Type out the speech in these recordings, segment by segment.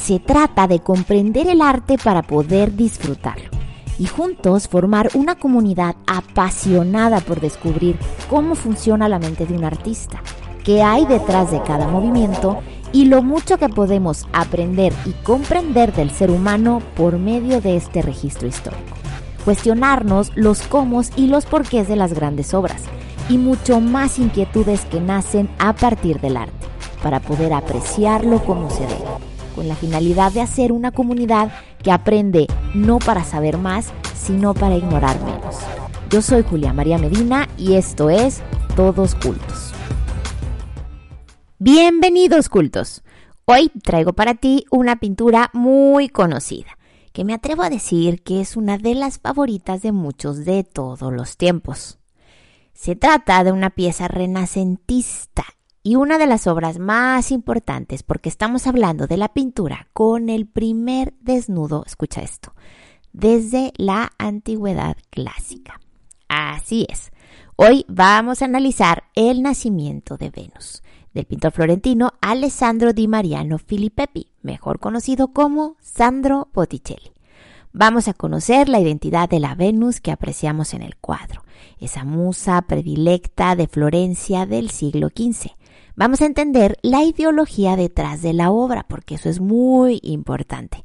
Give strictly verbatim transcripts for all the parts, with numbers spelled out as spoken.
Se trata de comprender el arte para poder disfrutarlo y juntos formar una comunidad apasionada por descubrir cómo funciona la mente de un artista, qué hay detrás de cada movimiento y lo mucho que podemos aprender y comprender del ser humano por medio de este registro histórico. Cuestionarnos los cómo y los porqués de las grandes obras y mucho más inquietudes que nacen a partir del arte, para poder apreciarlo como se debe, con la finalidad de hacer una comunidad que aprende no para saber más, sino para ignorar menos. Yo soy Julia María Medina y esto es Todos Cultos. Bienvenidos cultos. Hoy traigo para ti una pintura muy conocida, que me atrevo a decir que es una de las favoritas de muchos de todos los tiempos. Se trata de una pieza renacentista y una de las obras más importantes porque estamos hablando de la pintura con el primer desnudo, escucha esto, desde la antigüedad clásica. Así es, hoy vamos a analizar el nacimiento de Venus, del pintor florentino Alessandro di Mariano Filippi, mejor conocido como Sandro Botticelli. Vamos a conocer la identidad de la Venus que apreciamos en el cuadro, esa musa predilecta de Florencia del siglo quince. Vamos a entender la ideología detrás de la obra, porque eso es muy importante.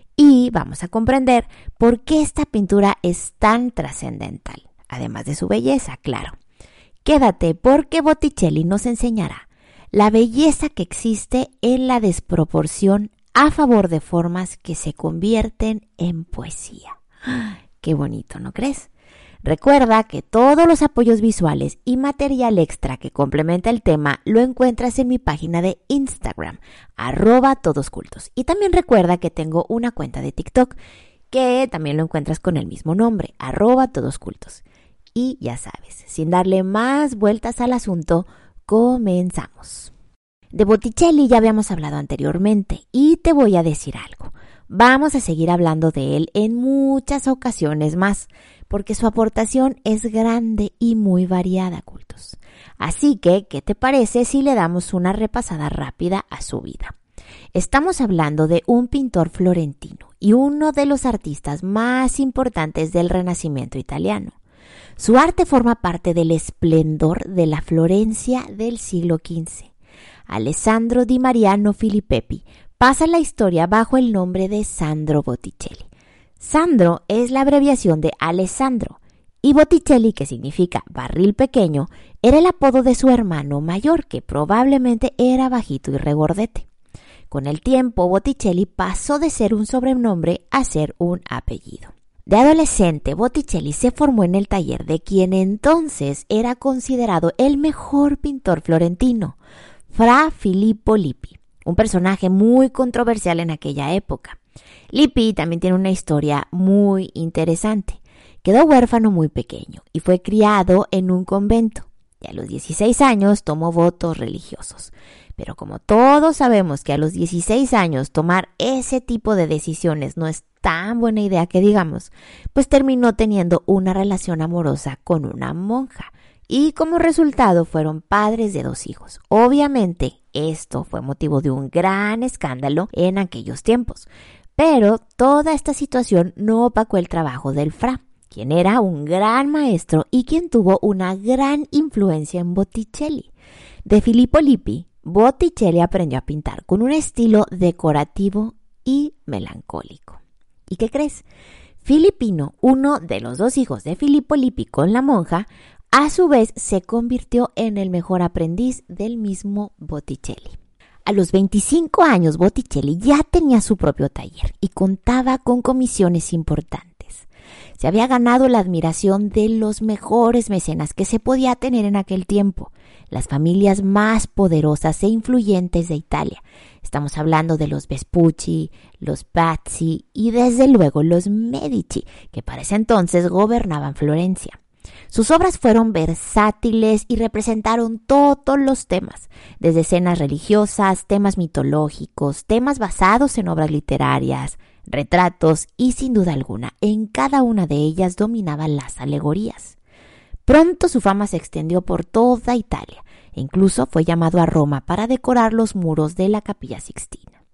Y vamos a comprender por qué esta pintura es tan trascendental, además de su belleza, claro. Quédate porque Botticelli nos enseñará la belleza que existe en la desproporción a favor de formas que se convierten en poesía. ¡Qué bonito!, ¿no crees? Recuerda que todos los apoyos visuales y material extra que complementa el tema lo encuentras en mi página de Instagram, arroba todoscultos. Y también recuerda que tengo una cuenta de TikTok que también lo encuentras con el mismo nombre, arroba todoscultos. Y ya sabes, sin darle más vueltas al asunto, comenzamos. De Botticelli ya habíamos hablado anteriormente y te voy a decir algo. Vamos a seguir hablando de él en muchas ocasiones más, porque su aportación es grande y muy variada, cultos. Así que, ¿qué te parece si le damos una repasada rápida a su vida? Estamos hablando de un pintor florentino y uno de los artistas más importantes del Renacimiento italiano. Su arte forma parte del esplendor de la Florencia del siglo quince. Alessandro di Mariano Filippi pasa la historia bajo el nombre de Sandro Botticelli. Sandro es la abreviación de Alessandro y Botticelli, que significa barril pequeño, era el apodo de su hermano mayor, que probablemente era bajito y regordete. Con el tiempo, Botticelli pasó de ser un sobrenombre a ser un apellido. De adolescente, Botticelli se formó en el taller de quien entonces era considerado el mejor pintor florentino, Fra Filippo Lippi, un personaje muy controversial en aquella época. Lippi también tiene una historia muy interesante. Quedó huérfano muy pequeño y fue criado en un convento. Y a los dieciséis años tomó votos religiosos. Pero como todos sabemos que a los dieciséis años tomar ese tipo de decisiones no es tan buena idea que digamos, pues terminó teniendo una relación amorosa con una monja. Y como resultado fueron padres de dos hijos. Obviamente esto fue motivo de un gran escándalo en aquellos tiempos. Pero toda esta situación no opacó el trabajo del Fra, quien era un gran maestro y quien tuvo una gran influencia en Botticelli. De Filippo Lippi, Botticelli aprendió a pintar con un estilo decorativo y melancólico. ¿Y qué crees? Filippino, uno de los dos hijos de Filippo Lippi con la monja, a su vez se convirtió en el mejor aprendiz del mismo Botticelli. A los veinticinco años, Botticelli ya tenía su propio taller y contaba con comisiones importantes. Se había ganado la admiración de los mejores mecenas que se podía tener en aquel tiempo, las familias más poderosas e influyentes de Italia. Estamos hablando de los Vespucci, los Pazzi y desde luego los Medici, que para ese entonces gobernaban Florencia. Sus obras fueron versátiles y representaron todos los temas, desde escenas religiosas, temas mitológicos, temas basados en obras literarias, retratos y, sin duda alguna, en cada una de ellas dominaban las alegorías. Pronto su fama se extendió por toda Italia e incluso fue llamado a Roma para decorar los muros de la Capilla Sixtina.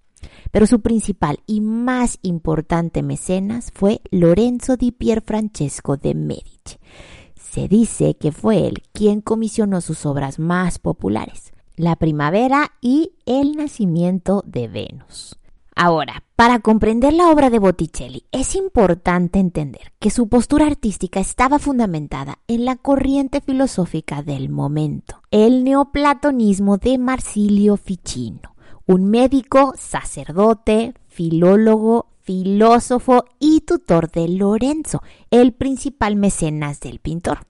pero su principal y más importante mecenas fue Lorenzo di Pierfrancesco de Medici. Se dice que fue él quien comisionó sus obras más populares, La Primavera y El Nacimiento de Venus. Ahora, para comprender la obra de Botticelli es importante entender que su postura artística estaba fundamentada en la corriente filosófica del momento, el neoplatonismo de Marsilio Ficino, un médico, sacerdote, filólogo, filósofo y tutor de Lorenzo, el principal mecenas del pintor.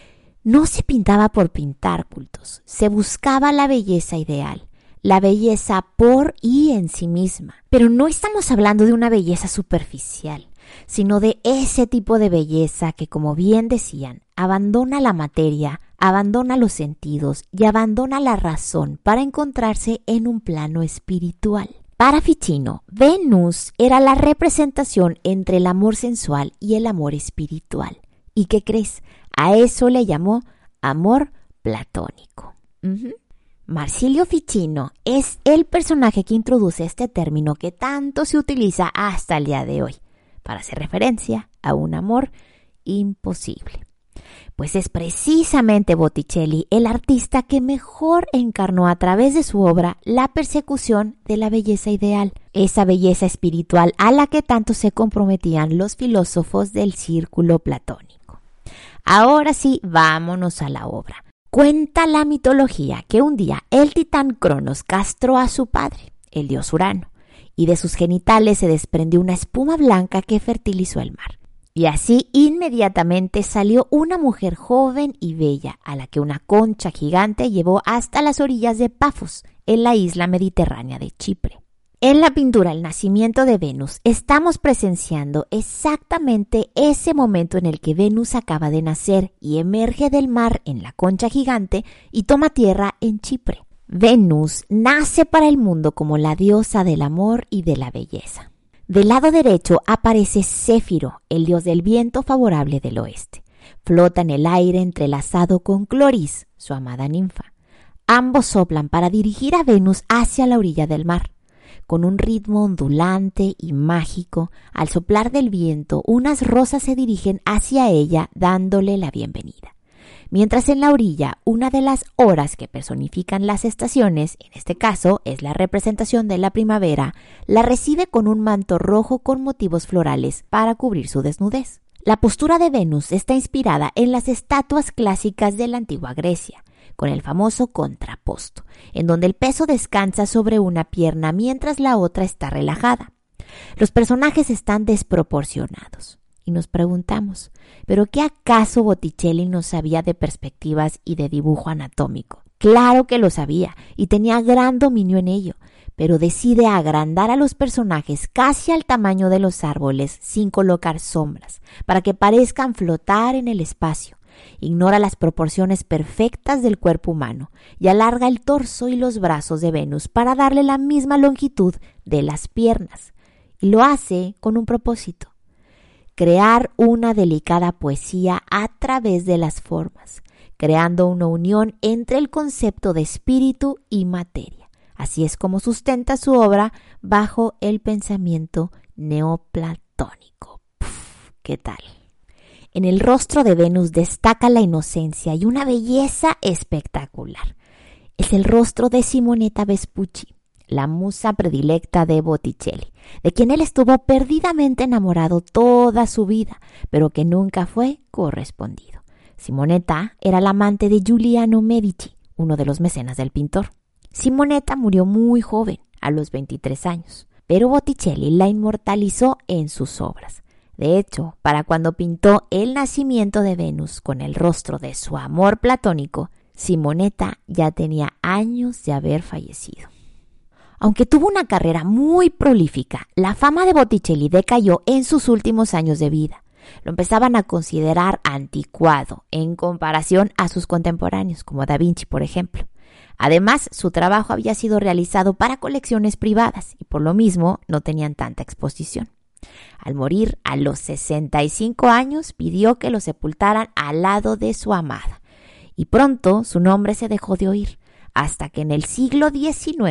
No se pintaba por pintar, cultos, se buscaba la belleza ideal. La belleza por y en sí misma. Pero no estamos hablando de una belleza superficial, sino de ese tipo de belleza que, como bien decían, abandona la materia, abandona los sentidos y abandona la razón para encontrarse en un plano espiritual. Para Ficino, Venus era la representación entre el amor sensual y el amor espiritual. ¿Y qué crees? A eso le llamó amor platónico. Uh-huh. Marsilio Ficino es el personaje que introduce este término que tanto se utiliza hasta el día de hoy, para hacer referencia a un amor imposible. Pues es precisamente Botticelli el artista que mejor encarnó a través de su obra la persecución de la belleza ideal, esa belleza espiritual a la que tanto se comprometían los filósofos del círculo platónico. Ahora sí, vámonos a la obra. Cuenta la mitología que un día el titán Cronos castró a su padre, el dios Urano, y de sus genitales se desprendió una espuma blanca que fertilizó el mar. Y así inmediatamente salió una mujer joven y bella, a la que una concha gigante llevó hasta las orillas de Pafos, en la isla mediterránea de Chipre. En la pintura El Nacimiento de Venus estamos presenciando exactamente ese momento en el que Venus acaba de nacer y emerge del mar en la concha gigante y toma tierra en Chipre. Venus nace para el mundo como la diosa del amor y de la belleza. Del lado derecho aparece Céfiro, el dios del viento favorable del oeste. Flota en el aire entrelazado con Cloris, su amada ninfa. Ambos soplan para dirigir a Venus hacia la orilla del mar. Con un ritmo ondulante y mágico, al soplar del viento, unas rosas se dirigen hacia ella dándole la bienvenida. Mientras en la orilla, una de las horas que personifican las estaciones, en este caso es la representación de la primavera, la recibe con un manto rojo con motivos florales para cubrir su desnudez. La postura de Venus está inspirada en las estatuas clásicas de la antigua Grecia, con el famoso contraposto, en donde el peso descansa sobre una pierna mientras la otra está relajada. Los personajes están desproporcionados. Y nos preguntamos, ¿pero qué acaso Botticelli no sabía de perspectivas y de dibujo anatómico? Claro que lo sabía y tenía gran dominio en ello, pero decide agrandar a los personajes casi al tamaño de los árboles sin colocar sombras, para que parezcan flotar en el espacio. Ignora las proporciones perfectas del cuerpo humano y alarga el torso y los brazos de Venus para darle la misma longitud de las piernas. Y lo hace con un propósito: crear una delicada poesía a través de las formas, creando una unión entre el concepto de espíritu y materia. Así es como sustenta su obra bajo el pensamiento neoplatónico. Puf, ¿qué tal? En el rostro de Venus destaca la inocencia y una belleza espectacular. Es el rostro de Simonetta Vespucci, la musa predilecta de Botticelli, de quien él estuvo perdidamente enamorado toda su vida, pero que nunca fue correspondido. Simonetta era la amante de Giuliano Medici, uno de los mecenas del pintor. Simonetta murió muy joven, a los veintitrés años, pero Botticelli la inmortalizó en sus obras. De hecho, para cuando pintó El Nacimiento de Venus con el rostro de su amor platónico, Simonetta ya tenía años de haber fallecido. Aunque tuvo una carrera muy prolífica, la fama de Botticelli decayó en sus últimos años de vida. Lo empezaban a considerar anticuado en comparación a sus contemporáneos, como Da Vinci, por ejemplo. Además, su trabajo había sido realizado para colecciones privadas y por lo mismo no tenían tanta exposición. Al morir a los sesenta y cinco años, pidió que lo sepultaran al lado de su amada. Y pronto su nombre se dejó de oír, hasta que en el siglo diecinueve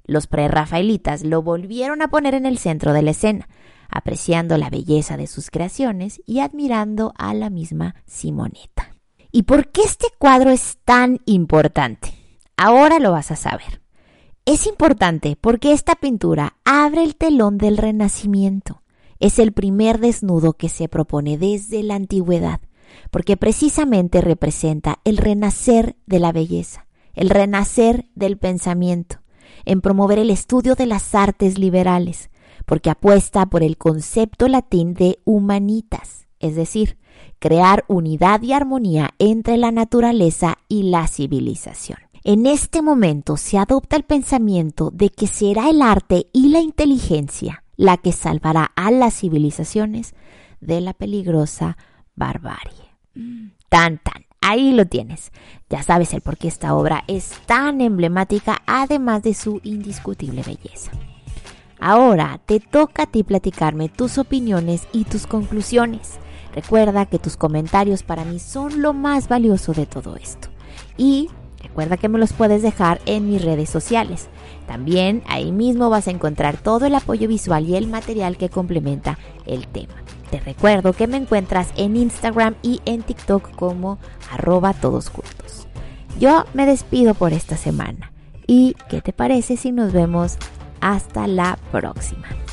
Los prerrafaelitas lo volvieron a poner en el centro de la escena, apreciando la belleza de sus creaciones y admirando a la misma Simonetta. ¿Y por qué este cuadro es tan importante? Ahora lo vas a saber. Es importante porque esta pintura abre el telón del Renacimiento. Es el primer desnudo que se propone desde la antigüedad, porque precisamente representa el renacer de la belleza, el renacer del pensamiento, en promover el estudio de las artes liberales, porque apuesta por el concepto latín de humanitas, es decir, crear unidad y armonía entre la naturaleza y la civilización. En este momento se adopta el pensamiento de que será el arte y la inteligencia la que salvará a las civilizaciones de la peligrosa barbarie. Tan, tan, ahí lo tienes. Ya sabes el por qué esta obra es tan emblemática, además de su indiscutible belleza. Ahora te toca a ti platicarme tus opiniones y tus conclusiones. Recuerda que tus comentarios para mí son lo más valioso de todo esto. Y recuerda que me los puedes dejar en mis redes sociales. También ahí mismo vas a encontrar todo el apoyo visual y el material que complementa el tema. Te recuerdo que me encuentras en Instagram y en TikTok como arroba todos juntos. Yo me despido por esta semana. ¿Y qué te parece si nos vemos hasta la próxima?